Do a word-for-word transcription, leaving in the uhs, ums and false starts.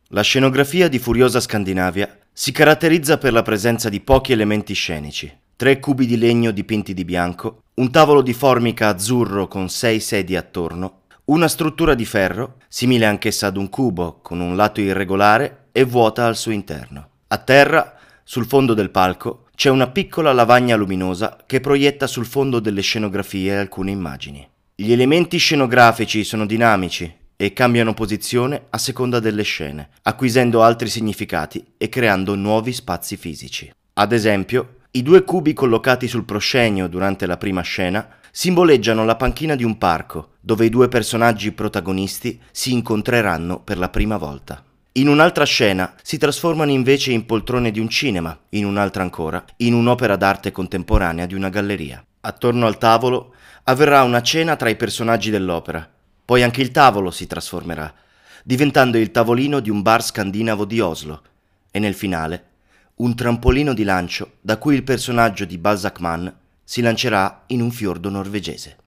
La scenografia di Furiosa Scandinavia si caratterizza per la presenza di pochi elementi scenici. Tre cubi di legno dipinti di bianco, un tavolo di formica azzurro con sei sedie attorno, una struttura di ferro, simile anch'essa ad un cubo, con un lato irregolare e vuota al suo interno. A terra, sul fondo del palco, c'è una piccola lavagna luminosa che proietta sul fondo delle scenografie alcune immagini. Gli elementi scenografici sono dinamici e cambiano posizione a seconda delle scene, acquisendo altri significati e creando nuovi spazi fisici. Ad esempio, i due cubi collocati sul proscenio durante la prima scena simboleggiano la panchina di un parco, dove i due personaggi protagonisti si incontreranno per la prima volta. In un'altra scena si trasformano invece in poltrone di un cinema, in un'altra ancora in un'opera d'arte contemporanea di una galleria. Attorno al tavolo avverrà una cena tra i personaggi dell'opera. Poi anche il tavolo si trasformerà, diventando il tavolino di un bar scandinavo di Oslo, e nel finale un trampolino di lancio da cui il personaggio di Balzac Man si lancerà in un fiordo norvegese.